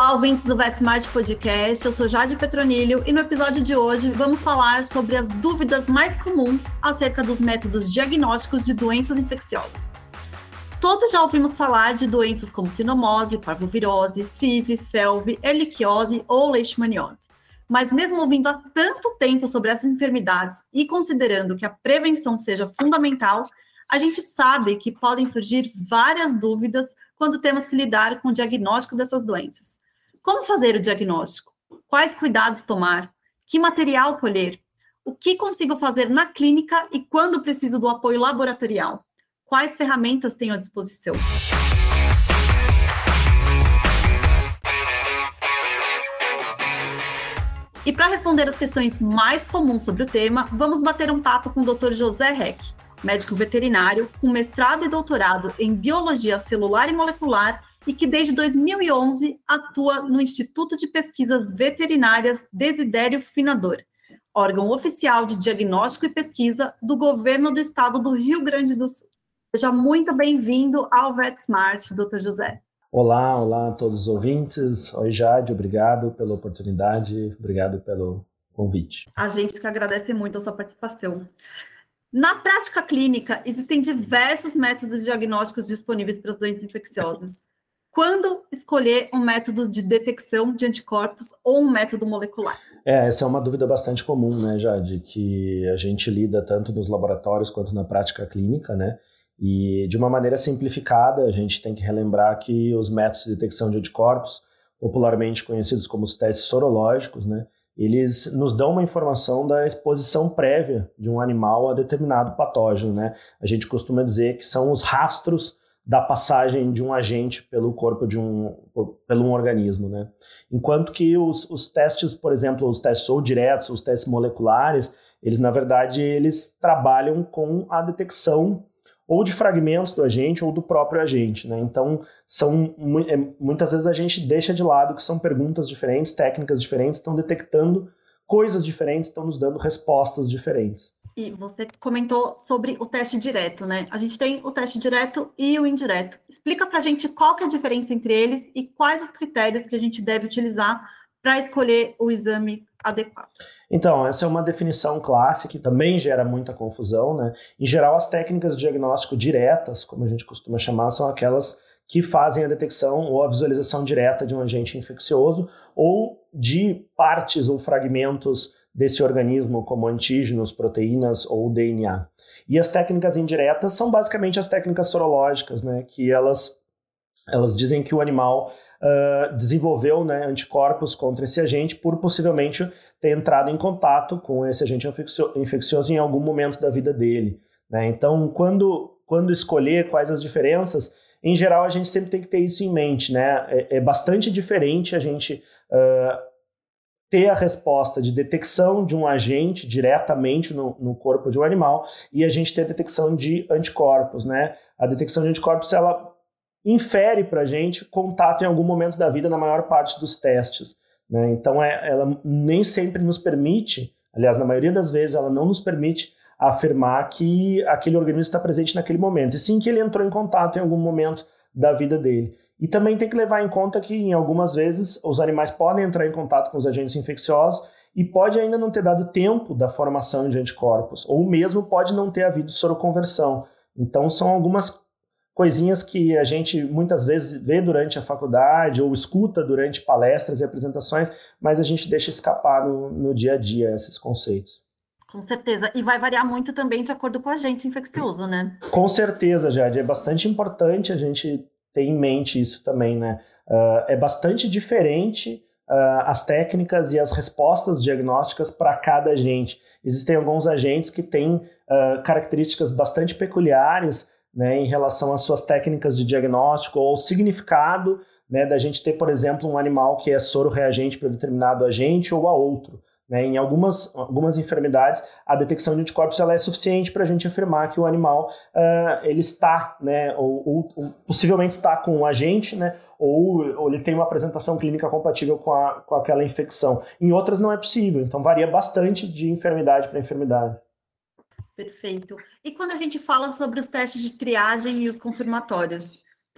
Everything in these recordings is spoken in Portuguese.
Olá, ouvintes do VetSmart Podcast, eu sou Jade Petronilho e no episódio de hoje vamos falar sobre as dúvidas mais comuns acerca dos métodos diagnósticos de doenças infecciosas. Todos já ouvimos falar de doenças como sinomose, parvovirose, FIV, FeLV, erliquiose ou leishmaniose. Mas mesmo ouvindo há tanto tempo sobre essas enfermidades e considerando que a prevenção seja fundamental, a gente sabe que podem surgir várias dúvidas quando temos que lidar com o diagnóstico dessas doenças. Como fazer o diagnóstico? Quais cuidados tomar? Que material colher? O que consigo fazer na clínica e quando preciso do apoio laboratorial? Quais ferramentas tenho à disposição? E para responder as questões mais comuns sobre o tema, vamos bater um papo com o Dr. José Reck, médico veterinário com mestrado e doutorado em Biologia Celular e Molecular e que desde 2011 atua no Instituto de Pesquisas Veterinárias Desidério Finador, órgão oficial de diagnóstico e pesquisa do governo do estado do Rio Grande do Sul. Seja muito bem-vindo ao VetSmart, Dr. José. Olá a todos os ouvintes. Oi, Jade, obrigado pela oportunidade, obrigado pelo convite. A gente que agradece muito a sua participação. Na prática clínica, existem diversos métodos diagnósticos disponíveis para as doenças infecciosas. Quando escolher um método de detecção de anticorpos ou um método molecular? Essa é uma dúvida bastante comum, né, Jade, que a gente lida tanto nos laboratórios quanto na prática clínica, né? E de uma maneira simplificada, a gente tem que relembrar que os métodos de detecção de anticorpos, popularmente conhecidos como os testes sorológicos, né, eles nos dão uma informação da exposição prévia de um animal a determinado patógeno, né? A gente costuma dizer que são os rastros da passagem de um agente pelo corpo pelo um organismo, né? Enquanto que os testes, por exemplo, os testes ou diretos, os testes moleculares, eles na verdade eles trabalham com a detecção ou de fragmentos do agente ou do próprio agente, né? Então, muitas vezes a gente deixa de lado que são perguntas diferentes, técnicas diferentes, estão detectando coisas diferentes, estão nos dando respostas diferentes. E você comentou sobre o teste direto, né? A gente tem o teste direto e o indireto. Explica pra gente qual que é a diferença entre eles e quais os critérios que a gente deve utilizar para escolher o exame adequado. Então, essa é uma definição clássica que também gera muita confusão, né? Em geral, as técnicas de diagnóstico diretas, como a gente costuma chamar, são aquelas que fazem a detecção ou a visualização direta de um agente infeccioso ou de partes ou fragmentos desse organismo, como antígenos, proteínas ou DNA. E as técnicas indiretas são basicamente as técnicas sorológicas, né? Que elas dizem que o animal desenvolveu, né, anticorpos contra esse agente por possivelmente ter entrado em contato com esse agente infeccioso em algum momento da vida dele, né? Então, quando escolher quais as diferenças, em geral a gente sempre tem que ter isso em mente, né? É bastante diferente a gente ter a resposta de detecção de um agente diretamente no corpo de um animal e a gente ter a detecção de anticorpos, né? A detecção de anticorpos, ela infere para a gente contato em algum momento da vida na maior parte dos testes, né? Então, ela nem sempre nos permite, aliás, na maioria das vezes, ela não nos permite afirmar que aquele organismo está presente naquele momento, e sim que ele entrou em contato em algum momento da vida dele. E também tem que levar em conta que, em algumas vezes, os animais podem entrar em contato com os agentes infecciosos e pode ainda não ter dado tempo da formação de anticorpos, ou mesmo pode não ter havido soroconversão. Então, são algumas coisinhas que a gente muitas vezes vê durante a faculdade ou escuta durante palestras e apresentações, mas a gente deixa escapar no dia a dia esses conceitos. Com certeza. E vai variar muito também de acordo com o agente infeccioso, né? Com certeza, Jade. É bastante importante a gente ter em mente isso também, né? É bastante diferente as técnicas e as respostas diagnósticas para cada agente. Existem alguns agentes que têm características bastante peculiares, né, em relação às suas técnicas de diagnóstico ou significado, né, da gente ter, por exemplo, um animal que é soro-reagente para determinado agente ou a outro, né? Em algumas enfermidades, a detecção de anticorpos ela é suficiente para a gente afirmar que o animal ele está, né, ou possivelmente está com um agente, né, ou ele tem uma apresentação clínica compatível com aquela infecção. Em outras não é possível, então varia bastante de enfermidade para enfermidade. Perfeito. E quando a gente fala sobre os testes de triagem e os confirmatórios,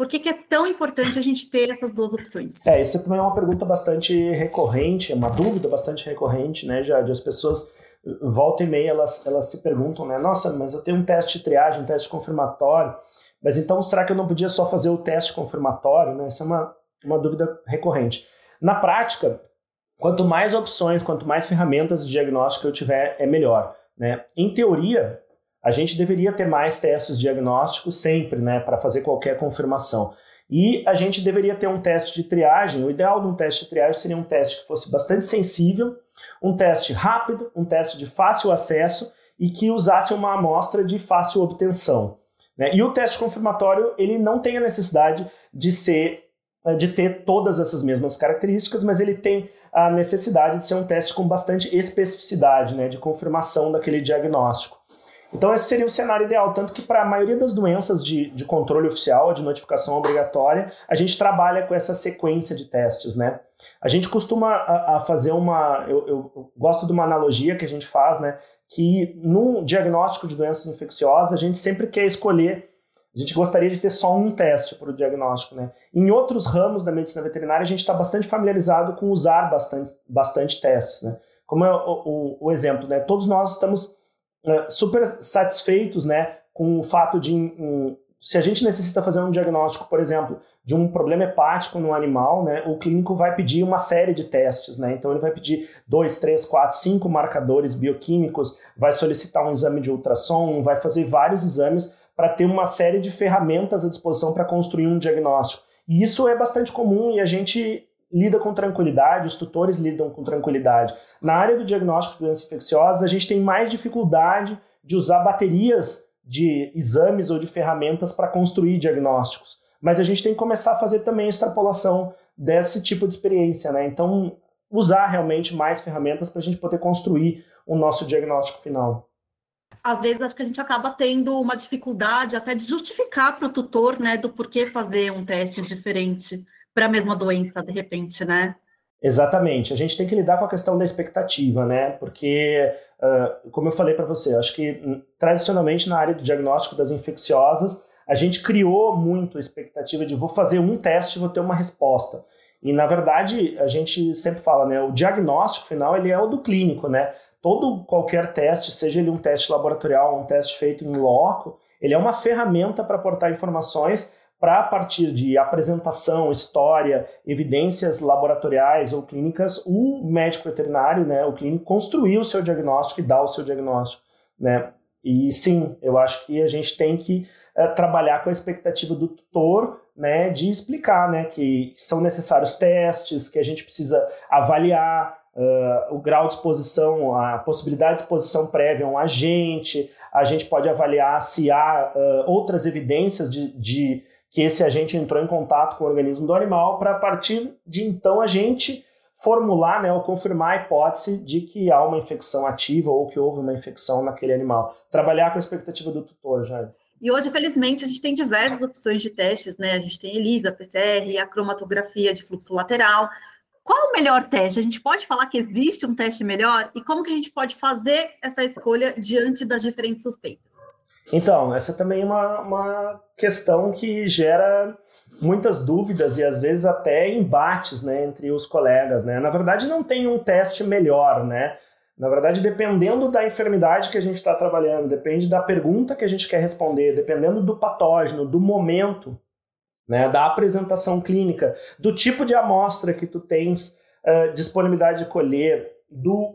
Por que é tão importante a gente ter essas duas opções? Isso também é uma pergunta bastante recorrente, é uma dúvida bastante recorrente, né, Jade? As pessoas, volta e meia, elas se perguntam, né, nossa, mas eu tenho um teste de triagem, um teste confirmatório, mas então será que eu não podia só fazer o teste confirmatório, né? Essa é uma dúvida recorrente. Na prática, quanto mais opções, quanto mais ferramentas de diagnóstico eu tiver, é melhor, né? Em teoria, a gente deveria ter mais testes diagnósticos sempre, né, para fazer qualquer confirmação. E a gente deveria ter um teste de triagem. O ideal de um teste de triagem seria um teste que fosse bastante sensível, um teste rápido, um teste de fácil acesso e que usasse uma amostra de fácil obtenção, né? E o teste confirmatório, ele não tem a necessidade de ter todas essas mesmas características, mas ele tem a necessidade de ser um teste com bastante especificidade, né, de confirmação daquele diagnóstico. Então esse seria o cenário ideal, tanto que para a maioria das doenças de controle oficial, de notificação obrigatória, a gente trabalha com essa sequência de testes, né? A gente costuma a fazer eu gosto de uma analogia que a gente faz, né? Que no diagnóstico de doenças infecciosas, a gente sempre quer escolher, a gente gostaria de ter só um teste para o diagnóstico, né? Em outros ramos da medicina veterinária, a gente está bastante familiarizado com usar bastante testes, né? Como é o exemplo, né? Todos nós estamos super satisfeitos, né, com o fato de, se a gente necessita fazer um diagnóstico, por exemplo, de um problema hepático no animal, né, o clínico vai pedir uma série de testes, né, então ele vai pedir 2, 3, 4, 5 marcadores bioquímicos, vai solicitar um exame de ultrassom, vai fazer vários exames para ter uma série de ferramentas à disposição para construir um diagnóstico. E isso é bastante comum e a gente lida com tranquilidade, os tutores lidam com tranquilidade. Na área do diagnóstico de doenças infecciosas, a gente tem mais dificuldade de usar baterias de exames ou de ferramentas para construir diagnósticos. Mas a gente tem que começar a fazer também a extrapolação desse tipo de experiência, né? Então, usar realmente mais ferramentas para a gente poder construir o nosso diagnóstico final. Às vezes, acho que a gente acaba tendo uma dificuldade até de justificar para o tutor, né, do porquê fazer um teste diferente para a mesma doença, de repente, né? Exatamente. A gente tem que lidar com a questão da expectativa, né? Porque, como eu falei para você, acho que tradicionalmente na área do diagnóstico das infecciosas, a gente criou muito a expectativa de vou fazer um teste e vou ter uma resposta. E, na verdade, a gente sempre fala, né? O diagnóstico final, ele é o do clínico, né? Qualquer teste, seja ele um teste laboratorial, um teste feito em loco, ele é uma ferramenta para aportar informações para, a partir de apresentação, história, evidências laboratoriais ou clínicas, o médico veterinário, né, o clínico, construir o seu diagnóstico e dar o seu diagnóstico, né? E sim, eu acho que a gente tem que trabalhar com a expectativa do tutor, né, de explicar, né, que são necessários testes, que a gente precisa avaliar o grau de exposição, a possibilidade de exposição prévia a um agente, a gente pode avaliar se há outras evidências de que esse agente entrou em contato com o organismo do animal, para a partir de então a gente formular, né, ou confirmar a hipótese de que há uma infecção ativa ou que houve uma infecção naquele animal. Trabalhar com a expectativa do tutor, já. E hoje, felizmente, a gente tem diversas opções de testes, né? A gente tem ELISA, PCR, a cromatografia de fluxo lateral. Qual o melhor teste? A gente pode falar que existe um teste melhor? E como que a gente pode fazer essa escolha diante das diferentes suspeitas? Então, essa também é uma questão que gera muitas dúvidas e às vezes até embates, né, entre os colegas, né? Na verdade, não tem um teste melhor, né? Na verdade, dependendo da enfermidade que a gente está trabalhando, depende da pergunta que a gente quer responder, dependendo do patógeno, do momento, né, da apresentação clínica, do tipo de amostra que tu tens disponibilidade de colher, do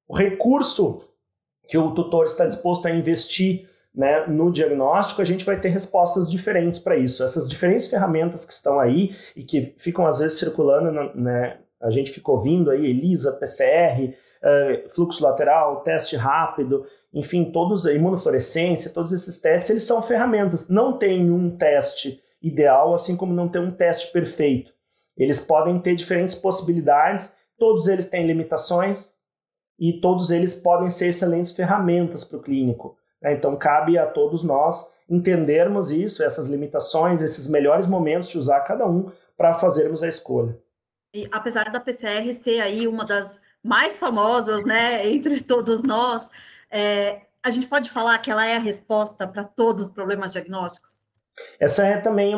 recurso que o tutor está disposto a investir, né, no diagnóstico, a gente vai ter respostas diferentes para isso. Essas diferentes ferramentas que estão aí e que ficam às vezes circulando, né, a gente fica ouvindo aí ELISA, PCR, fluxo lateral, teste rápido, enfim, todos, imunofluorescência, todos esses testes, eles são ferramentas. Não tem um teste ideal, assim como não tem um teste perfeito. Eles podem ter diferentes possibilidades, todos eles têm limitações e todos eles podem ser excelentes ferramentas para o clínico. Então, cabe a todos nós entendermos isso, essas limitações, esses melhores momentos de usar cada um para fazermos a escolha. E apesar da PCR ser aí uma das mais famosas, né, entre todos nós, a gente pode falar que ela é a resposta para todos os problemas diagnósticos? Essa é também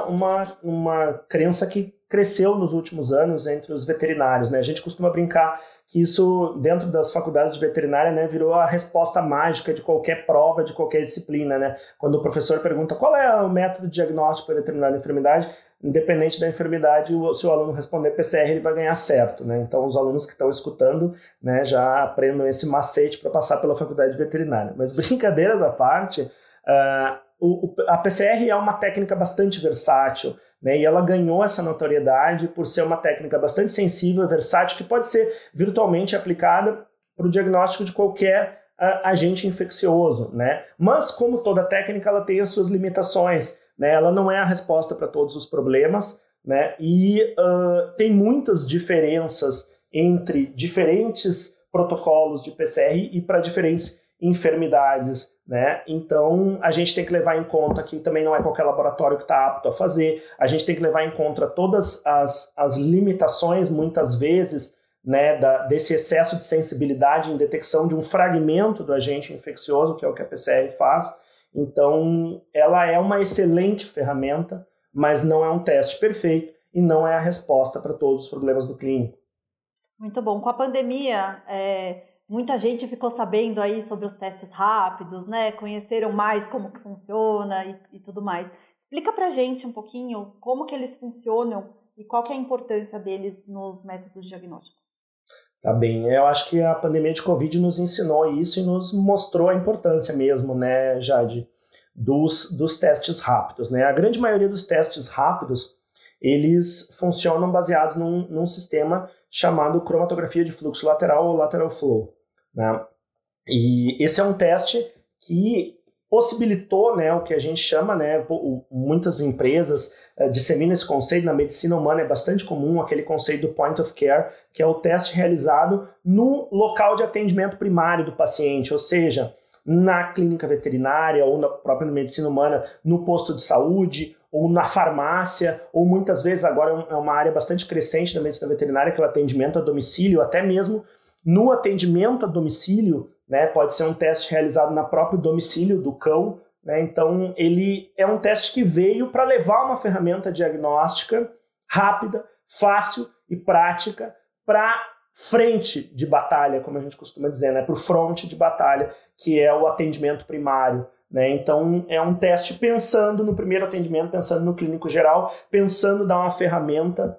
uma crença que cresceu nos últimos anos entre os veterinários, né? A gente costuma brincar que isso, dentro das faculdades de veterinária, né, virou a resposta mágica de qualquer prova, de qualquer disciplina, né? Quando o professor pergunta qual é o método de diagnóstico para determinada enfermidade, independente da enfermidade, se o aluno responder PCR, ele vai ganhar certo, né? Então, os alunos que estão escutando, né, já aprendam esse macete para passar pela faculdade de veterinária. Mas, brincadeiras à parte, a PCR é uma técnica bastante versátil, né, e ela ganhou essa notoriedade por ser uma técnica bastante sensível, versátil, que pode ser virtualmente aplicada para o diagnóstico de qualquer agente infeccioso, né? Mas, como toda técnica, ela tem as suas limitações, né? Ela não é a resposta para todos os problemas, né? E tem muitas diferenças entre diferentes protocolos de PCR e para diferentes enfermidades, né? Então, a gente tem que levar em conta que também não é qualquer laboratório que está apto a fazer, a gente tem que levar em conta todas as limitações, muitas vezes, né, desse excesso de sensibilidade em detecção de um fragmento do agente infeccioso, que é o que a PCR faz. Então, ela é uma excelente ferramenta, mas não é um teste perfeito e não é a resposta para todos os problemas do clínico. Muito bom. Com a pandemia, muita gente ficou sabendo aí sobre os testes rápidos, né? Conheceram mais como que funciona e tudo mais. Explica pra gente um pouquinho como que eles funcionam e qual que é a importância deles nos métodos diagnósticos. Tá bem, eu acho que a pandemia de Covid nos ensinou isso e nos mostrou a importância mesmo, né, Jade, dos testes rápidos, né? A grande maioria dos testes rápidos, eles funcionam baseados num sistema chamado cromatografia de fluxo lateral ou lateral flow, né? E esse é um teste que possibilitou, né, o que a gente chama, né, muitas empresas disseminam esse conceito, na medicina humana é bastante comum, aquele conceito do point of care, que é o teste realizado no local de atendimento primário do paciente, ou seja, na clínica veterinária ou na própria medicina humana, no posto de saúde, ou na farmácia, ou muitas vezes agora é uma área bastante crescente da medicina veterinária, que é o atendimento a domicílio, até mesmo no atendimento a domicílio, né, pode ser um teste realizado na próprio domicílio do cão, né? Então ele é um teste que veio para levar uma ferramenta diagnóstica rápida, fácil e prática para frente de batalha, como a gente costuma dizer, né, para o fronte de batalha, que é o atendimento primário, né? Então é um teste pensando no primeiro atendimento, pensando no clínico geral, pensando em dar uma ferramenta,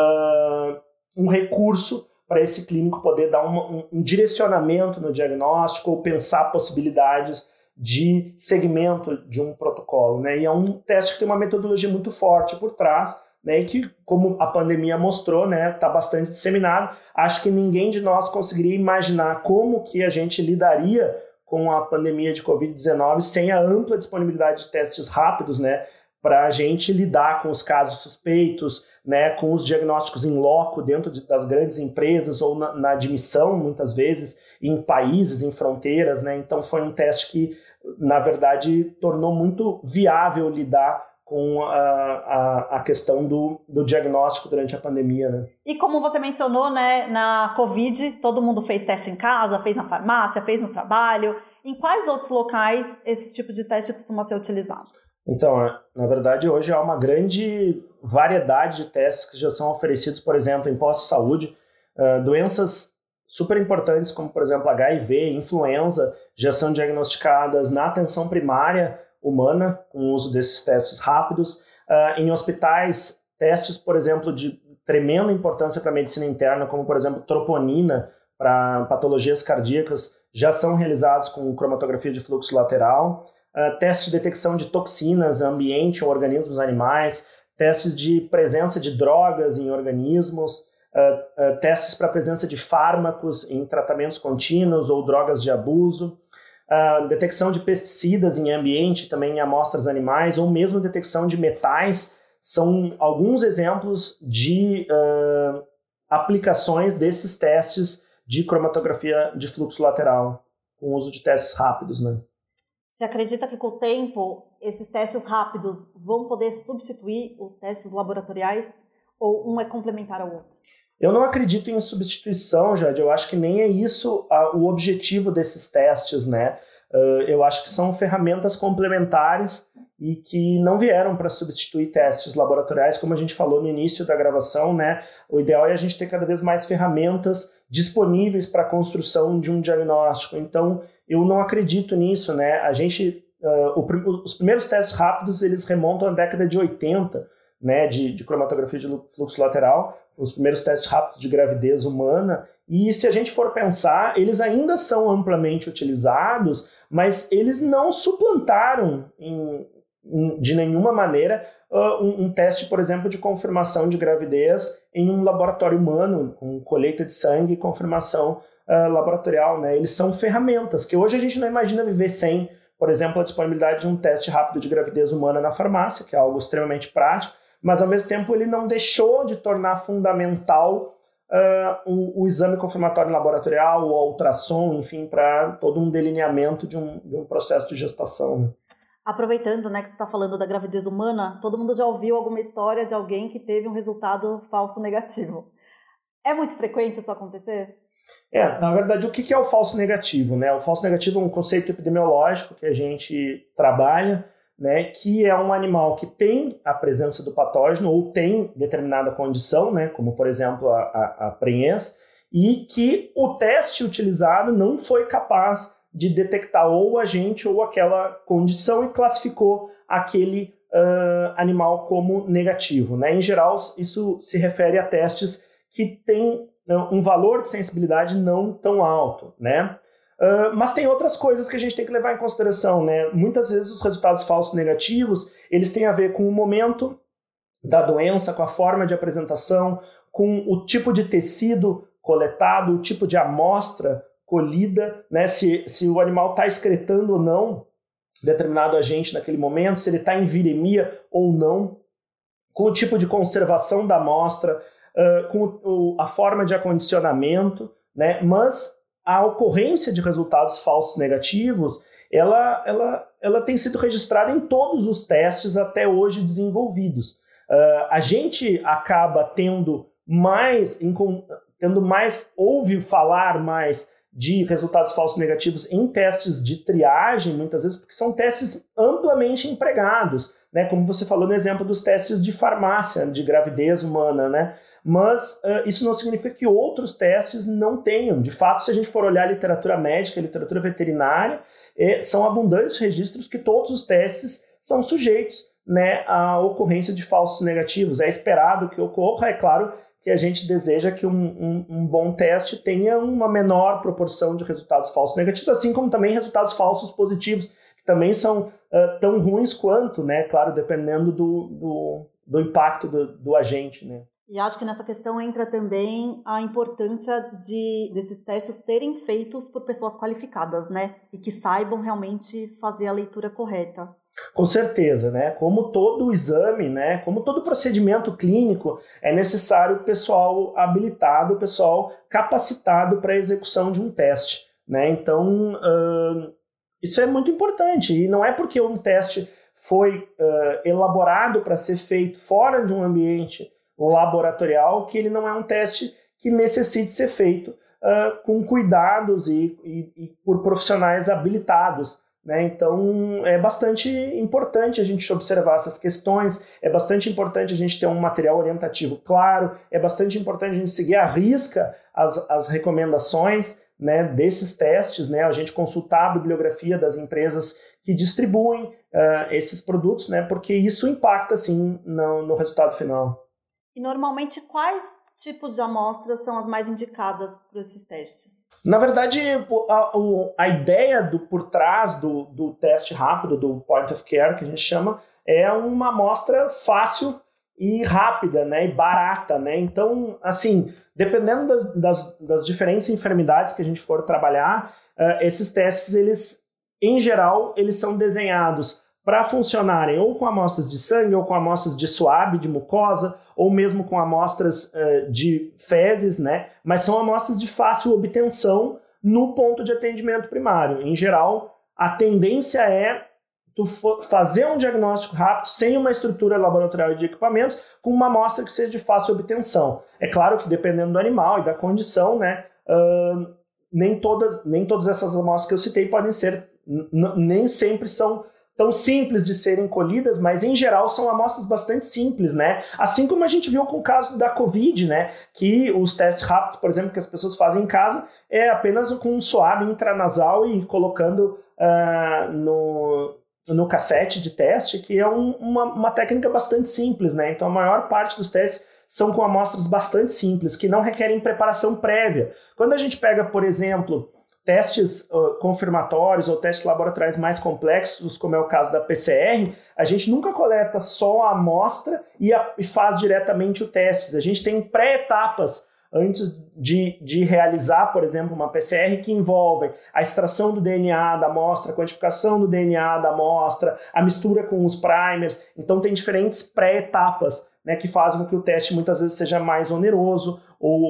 um recurso para esse clínico poder dar um direcionamento no diagnóstico ou pensar possibilidades de segmento de um protocolo, né? E é um teste que tem uma metodologia muito forte por trás, né? E que, como a pandemia mostrou, né, está bastante disseminado. Acho que ninguém de nós conseguiria imaginar como que a gente lidaria com a pandemia de Covid-19 sem a ampla disponibilidade de testes rápidos, né, para a gente lidar com os casos suspeitos, né, com os diagnósticos in loco dentro das grandes empresas ou na admissão, muitas vezes, em países, em fronteiras, né? Então foi um teste que, na verdade, tornou muito viável lidar com a questão do diagnóstico durante a pandemia, né? E como você mencionou, né, na Covid, todo mundo fez teste em casa, fez na farmácia, fez no trabalho. Em quais outros locais esse tipo de teste costuma ser utilizado? Então, na verdade, hoje há uma grande variedade de testes que já são oferecidos, por exemplo, em postos de saúde. Doenças super importantes, como, por exemplo, HIV, influenza, já são diagnosticadas na atenção primária humana, com o uso desses testes rápidos. Em hospitais, testes, por exemplo, de tremenda importância para a medicina interna, como, por exemplo, troponina, para patologias cardíacas, já são realizados com cromatografia de fluxo lateral. Testes de detecção de toxinas, ambiente ou organismos animais, testes de presença de drogas em organismos, testes para presença de fármacos em tratamentos contínuos ou drogas de abuso, detecção de pesticidas em ambiente, também em amostras animais, ou mesmo detecção de metais, são alguns exemplos de aplicações desses testes de cromatografia de fluxo lateral, com uso de testes rápidos, né? Você acredita que com o tempo esses testes rápidos vão poder substituir os testes laboratoriais ou um é complementar ao outro? Eu não acredito em substituição, Jade. Eu acho que nem é isso o objetivo desses testes, né? Eu acho que são ferramentas complementares e que não vieram para substituir testes laboratoriais, como a gente falou no início da gravação, né? O ideal é a gente ter cada vez mais ferramentas disponíveis para a construção de um diagnóstico. Então, eu não acredito nisso, né? A gente, os primeiros testes rápidos, eles remontam à década de 80, né? De cromatografia de fluxo lateral, os primeiros testes rápidos de gravidez humana. E se a gente for pensar, eles ainda são amplamente utilizados, mas eles não suplantaram de nenhuma maneira um teste, por exemplo, de confirmação de gravidez em um laboratório humano, com colheita de sangue e confirmação laboratorial, né? Eles são ferramentas que hoje a gente não imagina viver sem, por exemplo, a disponibilidade de um teste rápido de gravidez humana na farmácia, que é algo extremamente prático, mas ao mesmo tempo ele não deixou de tornar fundamental o exame confirmatório laboratorial, o ultrassom, enfim, para todo um delineamento de um processo de gestação, né? Aproveitando, né, que você está falando da gravidez humana, todo mundo já ouviu alguma história de alguém que teve um resultado falso negativo. É muito frequente isso acontecer? Na verdade, o que é o falso negativo, né? O falso negativo é um conceito epidemiológico que a gente trabalha, né, que é um animal que tem a presença do patógeno ou tem determinada condição, né, como, por exemplo, a prenhez, e que o teste utilizado não foi capaz de detectar ou o agente ou aquela condição e classificou aquele animal como negativo, né? Em geral, isso se refere a testes que têm um valor de sensibilidade não tão alto, né? Mas tem outras coisas que a gente tem que levar em consideração, né? Muitas vezes os resultados falsos negativos, eles têm a ver com o momento da doença, com a forma de apresentação, com o tipo de tecido coletado, o tipo de amostra colhida, né? Se o animal está excretando ou não determinado agente naquele momento, se ele está em viremia ou não, com o tipo de conservação da amostra, com a forma de acondicionamento, né? Mas a ocorrência de resultados falsos negativos, ela tem sido registrada em todos os testes até hoje desenvolvidos. A gente acaba ouve falar mais de resultados falsos negativos em testes de triagem, muitas vezes, porque são testes amplamente empregados, né? Como você falou no exemplo dos testes de farmácia, de gravidez humana, né? Mas isso não significa que outros testes não tenham. De fato, se a gente for olhar a literatura médica, a literatura veterinária, são abundantes registros que todos os testes são sujeitos, né, à ocorrência de falsos negativos. É esperado que ocorra, é claro que a gente deseja que um bom teste tenha uma menor proporção de resultados falsos negativos, assim como também resultados falsos positivos, que também são tão ruins quanto, né, claro, dependendo do impacto do agente, né. E acho que nessa questão entra também a importância desses testes serem feitos por pessoas qualificadas, né? E que saibam realmente fazer a leitura correta. Com certeza, né? Como todo exame, né? Como todo procedimento clínico, é necessário pessoal habilitado, pessoal capacitado para a execução de um teste, né? Então, isso é muito importante. E não é porque um teste foi elaborado para ser feito fora de um ambiente laboratorial que ele não é um teste que necessite ser feito com cuidados e por profissionais habilitados, né? Então é bastante importante a gente observar essas questões, é bastante importante a gente ter um material orientativo claro, é bastante importante a gente seguir à risca as recomendações, né, desses testes, né, a gente consultar a bibliografia das empresas que distribuem esses produtos, né, porque isso impacta sim no resultado final. E normalmente quais tipos de amostras são as mais indicadas para esses testes? Na verdade, a ideia por trás do teste rápido, do point of care, que a gente chama, é uma amostra fácil e rápida, né, e barata, né? Então, assim, dependendo das diferentes enfermidades que a gente for trabalhar, esses testes, eles, em geral, eles são desenhados para funcionarem ou com amostras de sangue, ou com amostras de suave, de mucosa, ou mesmo com amostras de fezes, né? Mas são amostras de fácil obtenção no ponto de atendimento primário. Em geral, a tendência é tu fazer um diagnóstico rápido, sem uma estrutura laboratorial de equipamentos, com uma amostra que seja de fácil obtenção. É claro que dependendo do animal e da condição, né, nem todas essas amostras que eu citei podem ser, nem sempre são tão simples de serem colhidas, mas em geral são amostras bastante simples, né? Assim como a gente viu com o caso da Covid, né? Que os testes rápidos, por exemplo, que as pessoas fazem em casa, é apenas com um swab intranasal e colocando no cassete de teste, que é uma técnica bastante simples, né? Então a maior parte dos testes são com amostras bastante simples, que não requerem preparação prévia. Quando a gente pega, por exemplo, testes confirmatórios ou testes laboratoriais mais complexos, como é o caso da PCR, a gente nunca coleta só a amostra e faz diretamente o teste. A gente tem pré-etapas antes de realizar, por exemplo, uma PCR que envolvem a extração do DNA da amostra, a quantificação do DNA da amostra, a mistura com os primers. Então tem diferentes pré-etapas, né, que fazem com que o teste muitas vezes seja mais oneroso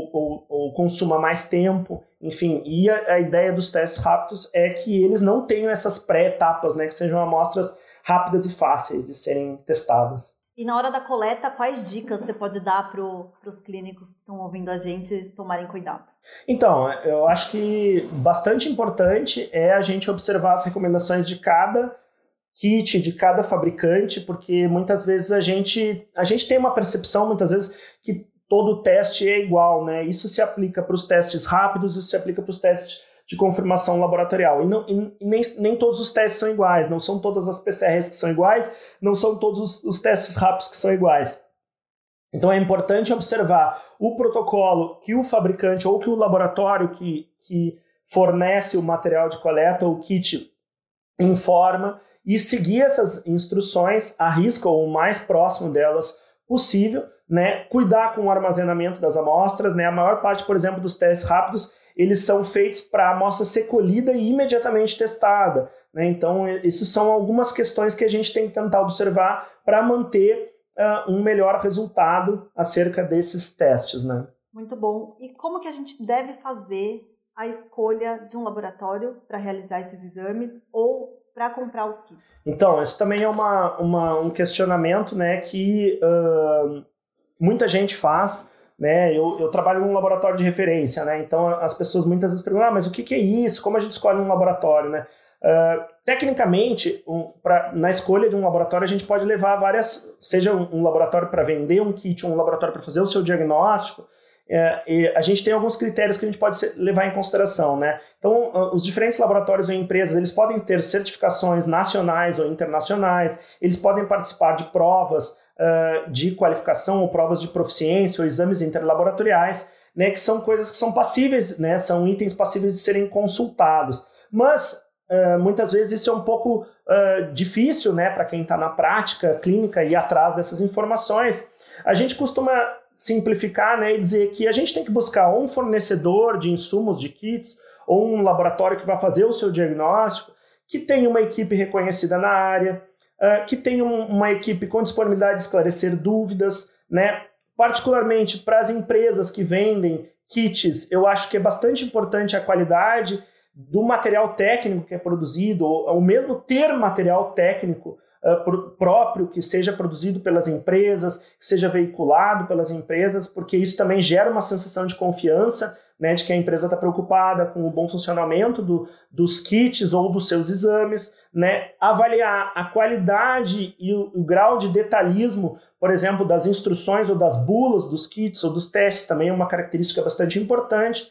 ou consuma mais tempo, enfim. E a ideia dos testes rápidos é que eles não tenham essas pré-etapas, né, que sejam amostras rápidas e fáceis de serem testadas. E na hora da coleta, quais dicas você pode dar para os clínicos que estão ouvindo a gente tomarem cuidado? Então, eu acho que bastante importante é a gente observar as recomendações de cada kit, de cada fabricante, porque muitas vezes a gente tem uma percepção, muitas vezes, que todo teste é igual, né? Isso se aplica para os testes rápidos, isso se aplica para os testes de confirmação laboratorial. E nem todos os testes são iguais, não são todas as PCRs que são iguais, não são todos os testes rápidos que são iguais. Então é importante observar o protocolo que o fabricante ou que o laboratório que fornece o material de coleta ou o kit informa e seguir essas instruções à risca ou o mais próximo delas possível, né? Cuidar com o armazenamento das amostras, né? A maior parte, por exemplo, dos testes rápidos, eles são feitos para a amostra ser colhida e imediatamente testada, né? Então, isso são algumas questões que a gente tem que tentar observar para manter um melhor resultado acerca desses testes, né? Muito bom. E como que a gente deve fazer a escolha de um laboratório para realizar esses exames ou para comprar os kits? Então, isso também é um questionamento, né, que muita gente faz, né? Eu trabalho num laboratório de referência, né? Então as pessoas muitas vezes perguntam, mas o que é isso? Como a gente escolhe um laboratório, né? Tecnicamente, na escolha de um laboratório, a gente pode levar seja um laboratório para vender um kit, um laboratório para fazer o seu diagnóstico. E a gente tem alguns critérios que a gente pode levar em consideração, né? Então, os diferentes laboratórios ou empresas, eles podem ter certificações nacionais ou internacionais, eles podem participar de provas de qualificação ou provas de proficiência ou exames interlaboratoriais, né, que são coisas que são passíveis, né, são itens passíveis de serem consultados. Mas, muitas vezes, isso é um pouco difícil, né, para quem está na prática clínica ir atrás dessas informações. A gente costuma simplificar, né, e dizer que a gente tem que buscar ou um fornecedor de insumos, de kits, ou um laboratório que vai fazer o seu diagnóstico, que tenha uma equipe reconhecida na área, que tenha uma equipe com disponibilidade de esclarecer dúvidas, né? Particularmente para as empresas que vendem kits, eu acho que é bastante importante a qualidade do material técnico que é produzido, ou mesmo ter material técnico próprio que seja produzido pelas empresas, que seja veiculado pelas empresas, porque isso também gera uma sensação de confiança, né, de que a empresa está preocupada com o bom funcionamento dos kits ou dos seus exames, né, avaliar a qualidade e o grau de detalhismo, por exemplo, das instruções ou das bulas dos kits ou dos testes, também é uma característica bastante importante.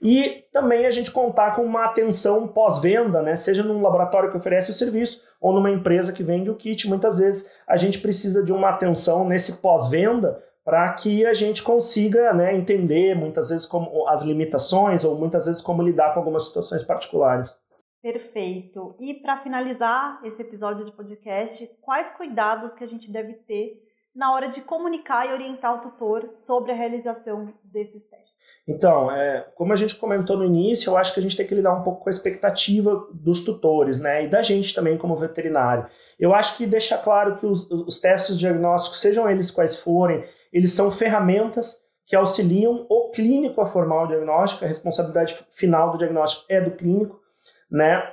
E também a gente contar com uma atenção pós-venda, né? Seja num laboratório que oferece o serviço ou numa empresa que vende o kit. Muitas vezes a gente precisa de uma atenção nesse pós-venda para que a gente consiga, né, entender muitas vezes como as limitações ou muitas vezes como lidar com algumas situações particulares. Perfeito. E para finalizar esse episódio de podcast, quais cuidados que a gente deve ter na hora de comunicar e orientar o tutor sobre a realização desses testes? Então, como a gente comentou no início, eu acho que a gente tem que lidar um pouco com a expectativa dos tutores, né, e da gente também como veterinário. Eu acho que deixa claro que os testes diagnósticos, sejam eles quais forem, eles são ferramentas que auxiliam o clínico a formar o diagnóstico, a responsabilidade final do diagnóstico é do clínico, né,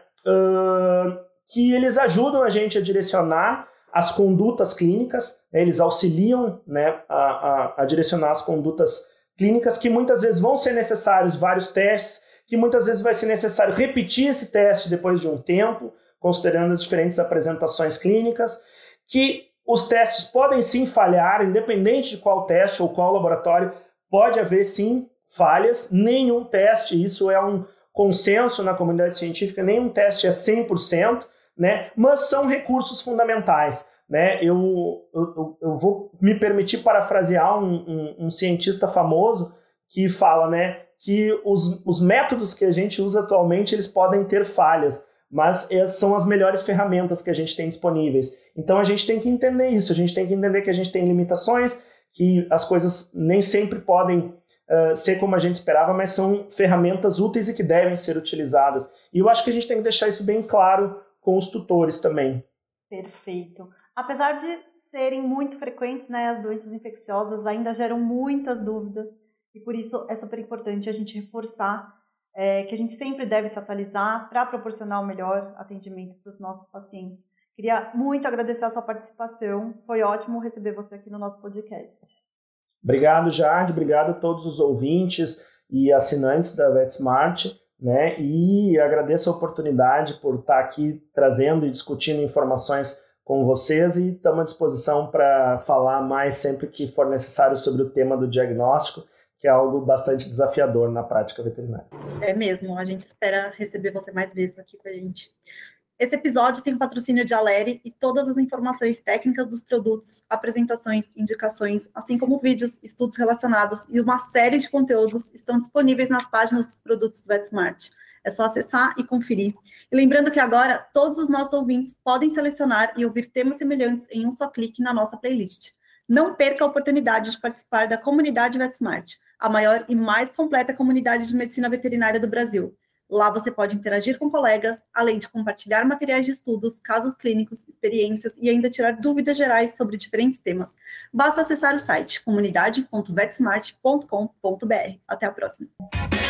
que eles ajudam a gente a direcionar as condutas clínicas, né, eles auxiliam, né, a direcionar as condutas clínicas, que muitas vezes vão ser necessários vários testes, que muitas vezes vai ser necessário repetir esse teste depois de um tempo, considerando as diferentes apresentações clínicas, que os testes podem sim falhar, independente de qual teste ou qual laboratório, pode haver sim falhas, nenhum teste, isso é um consenso na comunidade científica, nenhum teste é 100%, né? Mas são recursos fundamentais, né? Eu vou me permitir parafrasear um cientista famoso que fala, né, que os métodos que a gente usa atualmente, eles podem ter falhas, mas são as melhores ferramentas que a gente tem disponíveis. Então a gente tem que entender isso, a gente tem que entender que a gente tem limitações, que as coisas nem sempre podem ser como a gente esperava, mas são ferramentas úteis e que devem ser utilizadas. E eu acho que a gente tem que deixar isso bem claro com os tutores também. Perfeito. Apesar de serem muito frequentes, né, as doenças infecciosas ainda geram muitas dúvidas e por isso é super importante a gente reforçar que a gente sempre deve se atualizar para proporcionar o melhor atendimento para os nossos pacientes. Queria muito agradecer a sua participação, foi ótimo receber você aqui no nosso podcast. Obrigado, Jade, obrigado a todos os ouvintes e assinantes da VetSmart, né? E agradeço a oportunidade por estar aqui trazendo e discutindo informações com vocês e estamos à disposição para falar mais sempre que for necessário sobre o tema do diagnóstico, que é algo bastante desafiador na prática veterinária. É mesmo, a gente espera receber você mais vezes aqui com a gente. Esse episódio tem patrocínio de Aleri e todas as informações técnicas dos produtos, apresentações, indicações, assim como vídeos, estudos relacionados e uma série de conteúdos estão disponíveis nas páginas dos produtos do VetSmart. É só acessar e conferir. E lembrando que agora todos os nossos ouvintes podem selecionar e ouvir temas semelhantes em um só clique na nossa playlist. Não perca a oportunidade de participar da comunidade VetSmart, a maior e mais completa comunidade de medicina veterinária do Brasil. Lá você pode interagir com colegas, além de compartilhar materiais de estudos, casos clínicos, experiências e ainda tirar dúvidas gerais sobre diferentes temas. Basta acessar o site comunidade.vetsmart.com.br. Até a próxima!